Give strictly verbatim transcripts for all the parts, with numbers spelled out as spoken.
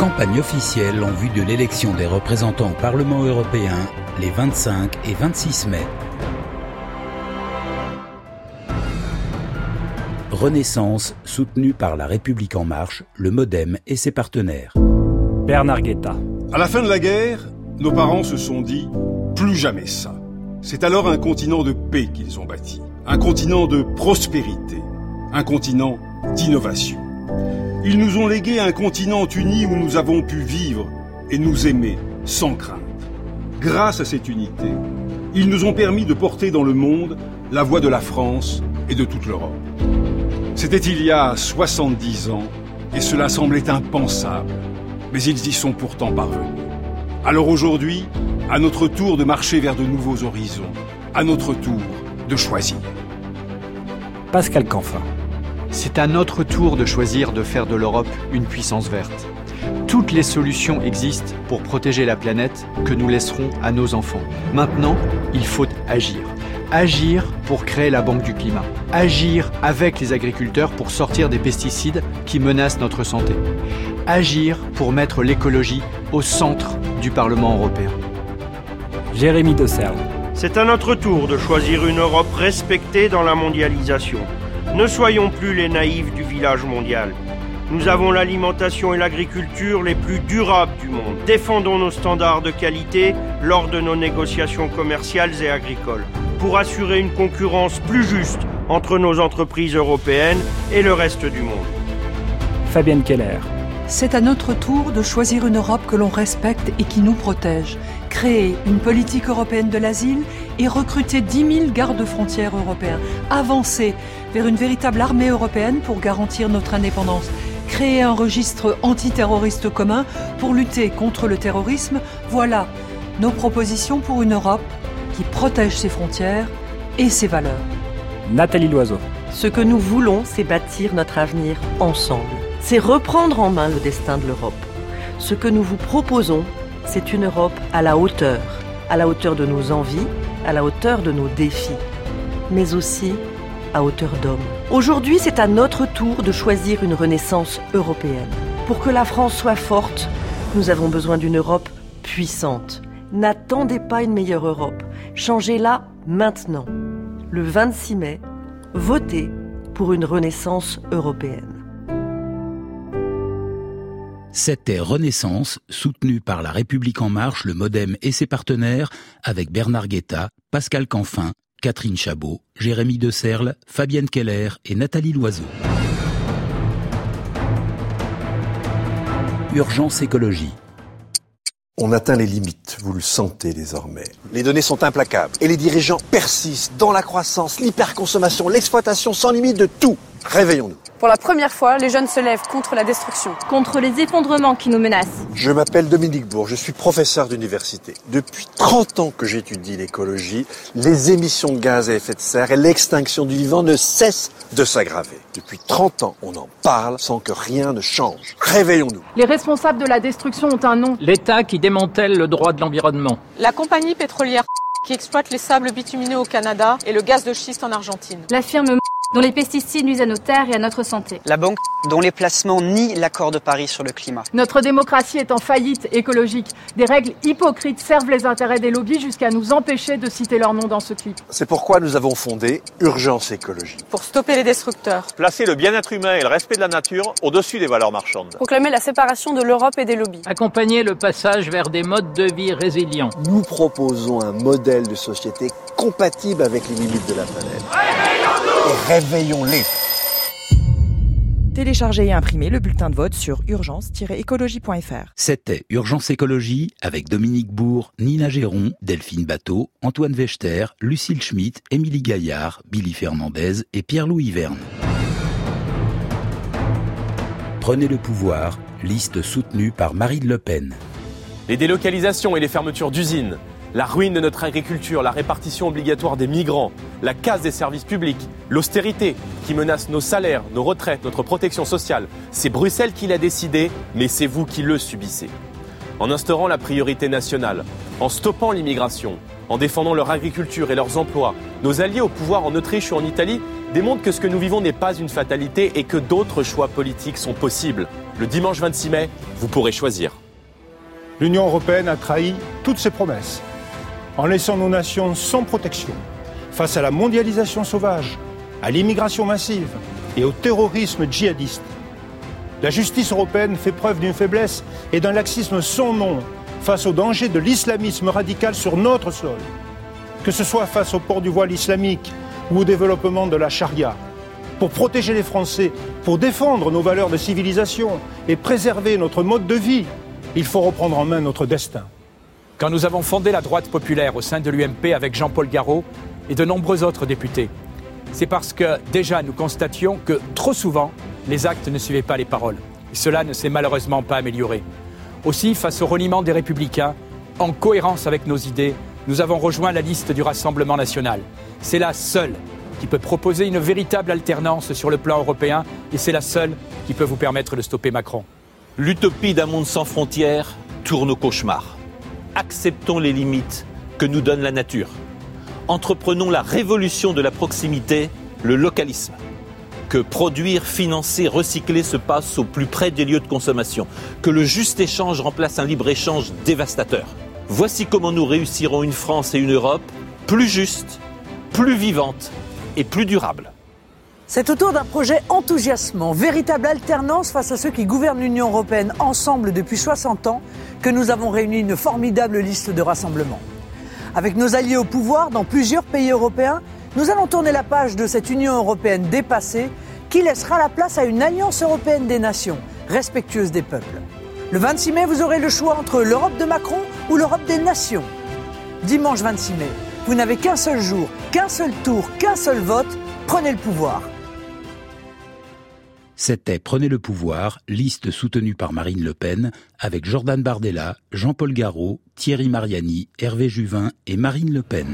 Campagne officielle en vue de l'élection des représentants au Parlement européen les vingt-cinq et vingt-six mai. Renaissance, soutenue par La République En Marche, le MoDem et ses partenaires. Bernard Guetta. À la fin de la guerre, nos parents se sont dit « plus jamais ça ». C'est alors un continent de paix qu'ils ont bâti, un continent de prospérité, un continent d'innovation. Ils nous ont légué un continent uni où nous avons pu vivre et nous aimer sans crainte. Grâce à cette unité, ils nous ont permis de porter dans le monde la voix de la France et de toute l'Europe. C'était il y a soixante-dix ans et cela semblait impensable, mais ils y sont pourtant parvenus. Alors aujourd'hui, à notre tour de marcher vers de nouveaux horizons, à notre tour de choisir. Pascal Canfin. C'est à notre tour de choisir de faire de l'Europe une puissance verte. Toutes les solutions existent pour protéger la planète que nous laisserons à nos enfants. Maintenant, il faut agir. Agir pour créer la Banque du Climat. Agir avec les agriculteurs pour sortir des pesticides qui menacent notre santé. Agir pour mettre l'écologie au centre du Parlement européen. Jérémy De Serle. C'est à notre tour de choisir une Europe respectée dans la mondialisation. Ne soyons plus les naïfs du village mondial. Nous avons l'alimentation et l'agriculture les plus durables du monde. Défendons nos standards de qualité lors de nos négociations commerciales et agricoles pour assurer une concurrence plus juste entre nos entreprises européennes et le reste du monde. Fabienne Keller. C'est à notre tour de choisir une Europe que l'on respecte et qui nous protège. Créer une politique européenne de l'asile et recruter dix mille gardes-frontières européens. Avancer vers une véritable armée européenne pour garantir notre indépendance. Créer un registre antiterroriste commun pour lutter contre le terrorisme. Voilà nos propositions pour une Europe qui protège ses frontières et ses valeurs. Nathalie Loiseau. Ce que nous voulons, c'est bâtir notre avenir ensemble. C'est reprendre en main le destin de l'Europe. Ce que nous vous proposons, c'est une Europe à la hauteur, à la hauteur de nos envies, à la hauteur de nos défis, mais aussi à hauteur d'homme. Aujourd'hui, c'est à notre tour de choisir une renaissance européenne. Pour que la France soit forte, nous avons besoin d'une Europe puissante. N'attendez pas une meilleure Europe. Changez-la maintenant. Le vingt-six mai, votez pour une renaissance européenne. C'était Renaissance, soutenue par La République En Marche, le MoDem et ses partenaires, avec Bernard Guetta, Pascal Canfin, Catherine Chabot, Jérémy De Serle, Fabienne Keller et Nathalie Loiseau. Urgence écologie. On atteint les limites, vous le sentez désormais. Les données sont implacables et les dirigeants persistent dans la croissance, l'hyperconsommation, l'exploitation sans limite de tout. Réveillons-nous. Pour la première fois, les jeunes se lèvent contre la destruction. Contre les effondrements qui nous menacent. Je m'appelle Dominique Bourg, je suis professeur d'université. Depuis trente ans que j'étudie l'écologie, les émissions de gaz à effet de serre et l'extinction du vivant ne cessent de s'aggraver. Depuis trente ans, on en parle sans que rien ne change. Réveillons-nous. Les responsables de la destruction ont un nom. L'État qui démantèle le droit de l'environnement. La compagnie pétrolière qui exploite les sables bitumineux au Canada et le gaz de schiste en Argentine. La firme dont les pesticides nuisent à nos terres et à notre santé. La banque dont les placements nient l'accord de Paris sur le climat. Notre démocratie est en faillite écologique. Des règles hypocrites servent les intérêts des lobbies jusqu'à nous empêcher de citer leur nom dans ce clip. C'est pourquoi nous avons fondé Urgence écologie. Pour stopper les destructeurs. Placer le bien-être humain et le respect de la nature au-dessus des valeurs marchandes. Proclamer la séparation de l'Europe et des lobbies. Accompagner le passage vers des modes de vie résilients. Nous proposons un modèle de société compatible avec les limites de la planète. Et réveillons-les. Téléchargez et imprimez le bulletin de vote sur urgence tiret écologie point f r. C'était Urgence écologie avec Dominique Bourg, Nina Géron, Delphine Bateau, Antoine Wechter, Lucille Schmitt, Émilie Gaillard, Billy Fernandez et Pierre-Louis Verne. Prenez le pouvoir, liste soutenue par Marine Le Pen. Les délocalisations et les fermetures d'usines, la ruine de notre agriculture, la répartition obligatoire des migrants, la casse des services publics, l'austérité qui menace nos salaires, nos retraites, notre protection sociale. C'est Bruxelles qui l'a décidé, mais c'est vous qui le subissez. En instaurant la priorité nationale, en stoppant l'immigration, en défendant leur agriculture et leurs emplois, nos alliés au pouvoir en Autriche ou en Italie démontre que ce que nous vivons n'est pas une fatalité et que d'autres choix politiques sont possibles. Le dimanche vingt-six mai, vous pourrez choisir. L'Union européenne a trahi toutes ses promesses en laissant nos nations sans protection face à la mondialisation sauvage, à l'immigration massive et au terrorisme djihadiste. La justice européenne fait preuve d'une faiblesse et d'un laxisme sans nom face au danger de l'islamisme radical sur notre sol. Que ce soit face au port du voile islamique ou au développement de la charia. Pour protéger les Français, pour défendre nos valeurs de civilisation et préserver notre mode de vie, il faut reprendre en main notre destin. Quand nous avons fondé la droite populaire au sein de l'U M P avec Jean-Paul Garot et de nombreux autres députés, c'est parce que déjà nous constations que trop souvent, les actes ne suivaient pas les paroles. Et cela ne s'est malheureusement pas amélioré. Aussi, face au reniement des Républicains, en cohérence avec nos idées, nous avons rejoint la liste du Rassemblement national. C'est la seule qui peut proposer une véritable alternance sur le plan européen et c'est la seule qui peut vous permettre de stopper Macron. L'utopie d'un monde sans frontières tourne au cauchemar. Acceptons les limites que nous donne la nature. Entreprenons la révolution de la proximité, le localisme. Que produire, financer, recycler se passe au plus près des lieux de consommation. Que le juste échange remplace un libre-échange dévastateur. Voici comment nous réussirons une France et une Europe plus justes, plus vivantes et plus durables. C'est autour d'un projet enthousiasmant, véritable alternance face à ceux qui gouvernent l'Union européenne ensemble depuis soixante ans, que nous avons réuni une formidable liste de rassemblements. Avec nos alliés au pouvoir dans plusieurs pays européens, nous allons tourner la page de cette Union européenne dépassée qui laissera la place à une alliance européenne des nations, respectueuse des peuples. Le vingt-six mai, vous aurez le choix entre l'Europe de Macron ou l'Europe des nations. Dimanche vingt-six mai, vous n'avez qu'un seul jour, qu'un seul tour, qu'un seul vote, prenez le pouvoir. C'était Prenez le pouvoir, liste soutenue par Marine Le Pen, avec Jordan Bardella, Jean-Paul Garot, Thierry Mariani, Hervé Juvin et Marine Le Pen.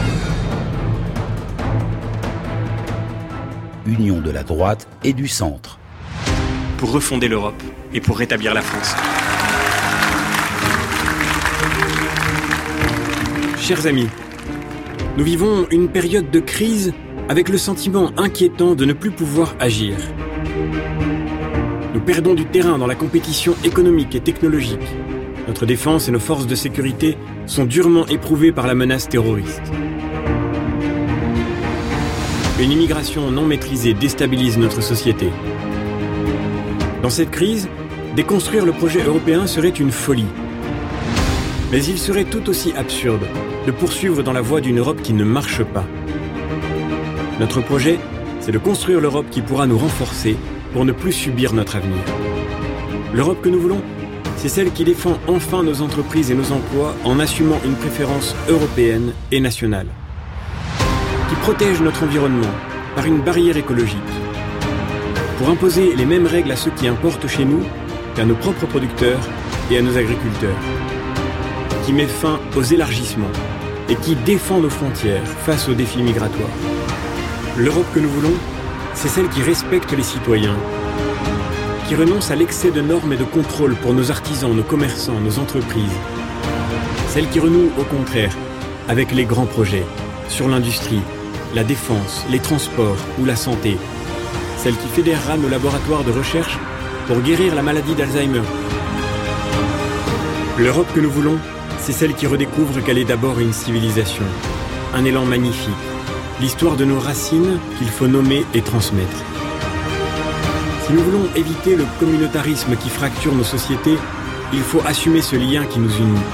Union de la droite et du centre. Pour refonder l'Europe et pour rétablir la France. Chers amis, nous vivons une période de crise avec le sentiment inquiétant de ne plus pouvoir agir. Nous perdons du terrain dans la compétition économique et technologique. Notre défense et nos forces de sécurité sont durement éprouvées par la menace terroriste. Une immigration non maîtrisée déstabilise notre société. Dans cette crise, déconstruire le projet européen serait une folie. Mais il serait tout aussi absurde de poursuivre dans la voie d'une Europe qui ne marche pas. Notre projet, c'est de construire l'Europe qui pourra nous renforcer pour ne plus subir notre avenir. L'Europe que nous voulons, c'est celle qui défend enfin nos entreprises et nos emplois en assumant une préférence européenne et nationale. Qui protège notre environnement par une barrière écologique. Pour imposer les mêmes règles à ceux qui importent chez nous qu'à nos propres producteurs et à nos agriculteurs. Qui met fin aux élargissements et qui défend nos frontières face aux défis migratoires. L'Europe que nous voulons, c'est celle qui respecte les citoyens, qui renonce à l'excès de normes et de contrôles pour nos artisans, nos commerçants, nos entreprises. Celle qui renoue, au contraire, avec les grands projets, sur l'industrie, la défense, les transports ou la santé. Celle qui fédérera nos laboratoires de recherche pour guérir la maladie d'Alzheimer. L'Europe que nous voulons, c'est celle qui redécouvre qu'elle est d'abord une civilisation, un élan magnifique, l'histoire de nos racines qu'il faut nommer et transmettre. Si nous voulons éviter le communautarisme qui fracture nos sociétés, il faut assumer ce lien qui nous unit.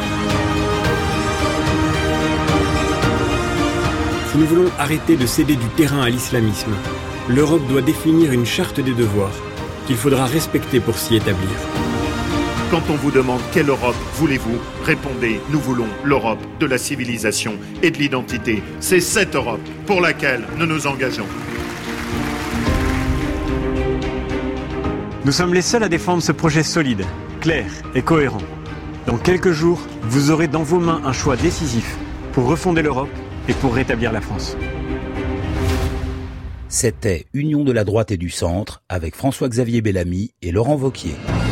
Si nous voulons arrêter de céder du terrain à l'islamisme, l'Europe doit définir une charte des devoirs qu'il faudra respecter pour s'y établir. Quand on vous demande quelle Europe voulez-vous, répondez, nous voulons l'Europe de la civilisation et de l'identité. C'est cette Europe pour laquelle nous nous engageons. Nous sommes les seuls à défendre ce projet solide, clair et cohérent. Dans quelques jours, vous aurez dans vos mains un choix décisif pour refonder l'Europe et pour rétablir la France. C'était Union de la droite et du centre avec François-Xavier Bellamy et Laurent Wauquiez.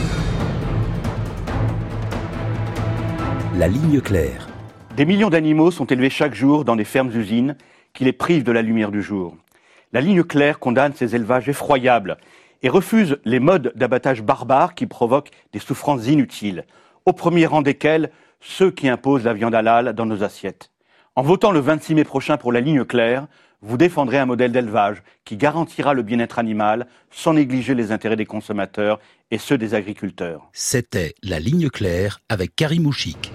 La ligne claire. Des millions d'animaux sont élevés chaque jour dans des fermes-usines qui les privent de la lumière du jour. La ligne claire condamne ces élevages effroyables et refuse les modes d'abattage barbares qui provoquent des souffrances inutiles, au premier rang desquelles ceux qui imposent la viande halal dans nos assiettes. En votant le vingt-six mai prochain pour la ligne claire, vous défendrez un modèle d'élevage qui garantira le bien-être animal sans négliger les intérêts des consommateurs et ceux des agriculteurs. C'était La Ligne Claire avec Karim Ouchik.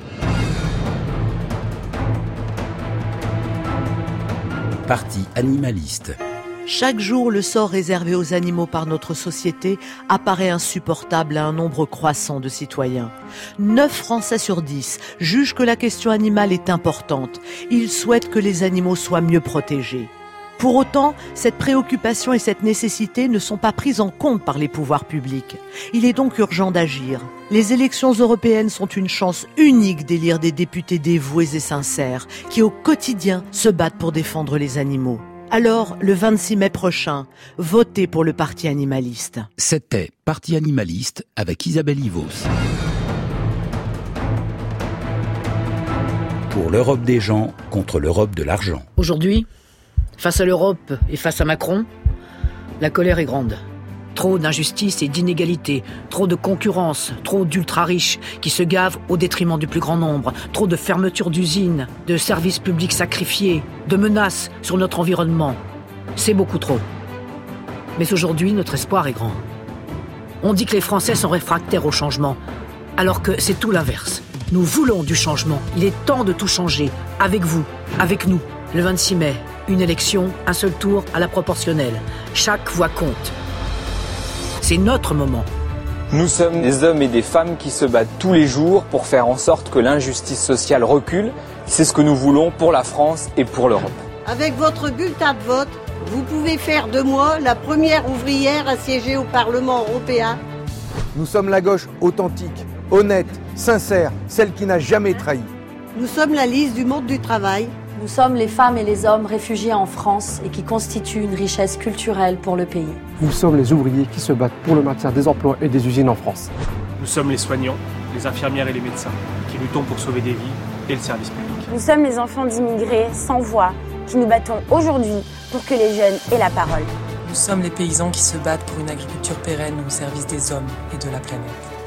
Parti animaliste. Chaque jour, le sort réservé aux animaux par notre société apparaît insupportable à un nombre croissant de citoyens. neuf Français sur dix jugent que la question animale est importante. Ils souhaitent que les animaux soient mieux protégés. Pour autant, cette préoccupation et cette nécessité ne sont pas prises en compte par les pouvoirs publics. Il est donc urgent d'agir. Les élections européennes sont une chance unique d'élire des députés dévoués et sincères qui, au quotidien, se battent pour défendre les animaux. Alors, le vingt-six mai prochain, votez pour le Parti animaliste. C'était Parti animaliste avec Isabelle Ivos. Pour l'Europe des gens contre l'Europe de l'argent. Aujourd'hui, face à l'Europe et face à Macron, la colère est grande. Trop d'injustice et d'inégalité, trop de concurrence, trop d'ultra-riches qui se gavent au détriment du plus grand nombre, trop de fermetures d'usines, de services publics sacrifiés, de menaces sur notre environnement. C'est beaucoup trop. Mais aujourd'hui, notre espoir est grand. On dit que les Français sont réfractaires au changement, alors que c'est tout l'inverse. Nous voulons du changement. Il est temps de tout changer, avec vous, avec nous. Le vingt-six mai, une élection, un seul tour à la proportionnelle. Chaque voix compte. C'est notre moment. Nous sommes des hommes et des femmes qui se battent tous les jours pour faire en sorte que l'injustice sociale recule. C'est ce que nous voulons pour la France et pour l'Europe. Avec votre bulletin de vote, vous pouvez faire de moi la première ouvrière à siéger au Parlement européen. Nous sommes la gauche authentique, honnête, sincère, celle qui n'a jamais trahi. Nous sommes la liste du monde du travail. Nous sommes les femmes et les hommes réfugiés en France et qui constituent une richesse culturelle pour le pays. Nous sommes les ouvriers qui se battent pour le maintien des emplois et des usines en France. Nous sommes les soignants, les infirmières et les médecins qui luttons pour sauver des vies et le service public. Nous sommes les enfants d'immigrés sans voix qui nous battons aujourd'hui pour que les jeunes aient la parole. Nous sommes les paysans qui se battent pour une agriculture pérenne au service des hommes et de la planète.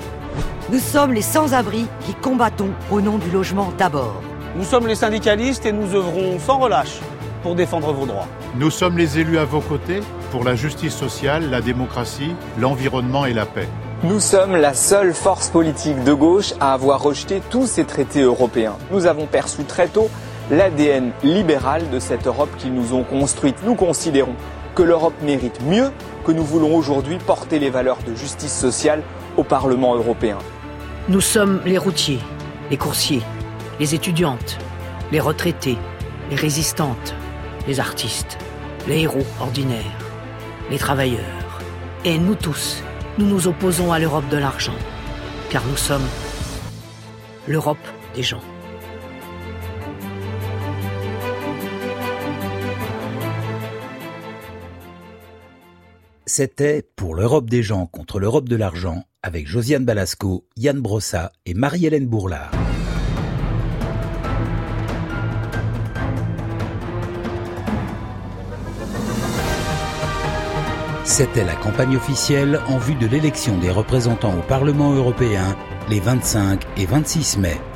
Nous sommes les sans-abri qui combattons au nom du logement d'abord. Nous sommes les syndicalistes et nous œuvrons sans relâche pour défendre vos droits. Nous sommes les élus à vos côtés pour la justice sociale, la démocratie, l'environnement et la paix. Nous sommes la seule force politique de gauche à avoir rejeté tous ces traités européens. Nous avons perçu très tôt l'A D N libéral de cette Europe qu'ils nous ont construite. Nous considérons que l'Europe mérite mieux, que nous voulons aujourd'hui porter les valeurs de justice sociale au Parlement européen. Nous sommes les routiers, les coursiers, les étudiantes, les retraités, les résistantes, les artistes, les héros ordinaires, les travailleurs. Et nous tous, nous nous opposons à l'Europe de l'argent, car nous sommes l'Europe des gens. C'était Pour l'Europe des gens contre l'Europe de l'argent avec Josiane Balasco, Yann Brossat et Marie-Hélène Bourlard. C'était la campagne officielle en vue de l'élection des représentants au Parlement européen les vingt-cinq et vingt-six mai.